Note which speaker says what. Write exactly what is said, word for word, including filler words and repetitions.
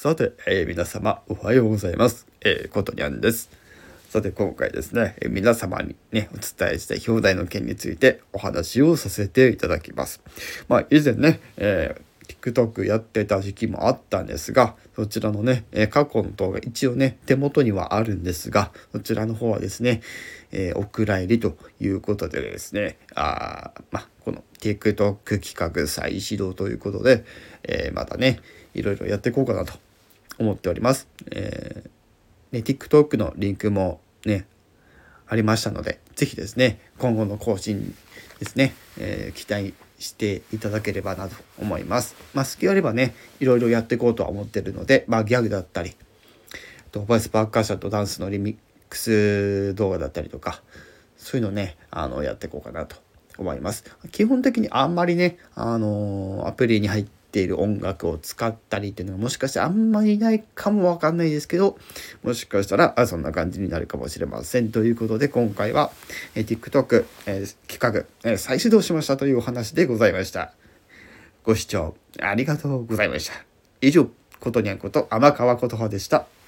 Speaker 1: さて、えー皆様おはようございます。えーことにゃんです。さて今回ですね、えー皆様にね、お伝えしたい表題の件についてお話をさせていただきます。まあ以前ね、えー TikTok やってた時期もあったんですが、そちらのね、えー過去の動画一応ね、手元にはあるんですが、そちらの方はですね、えーお蔵入りということでですね、あーまあこの TikTok 企画再始動ということで、えーまたね、いろいろやっていこうかなと思っております。えーね、TikTok のリンクもね、ありましたので、ぜひですね、今後の更新ですね、えー期待していただければなと思います。まあ、好きあればね、いろいろやっていこうとは思ってるので、まあ、ギャグだったり、とボイスパーカッションとダンスのリミックス動画だったりとか、そういうのね、あの、やっていこうかなと思います。基本的にあんまりね、あの、アプリに入っている音楽を使ったりっていうのがもしかしてあんまりないかもわかんないですけど、もしかしたらあそんな感じになるかもしれません。ということで今回は、えー TikTok、えー企画、えー再始動しましたというお話でございました。ご視聴ありがとうございました。以上、ことにゃんこと天川琴葉でした。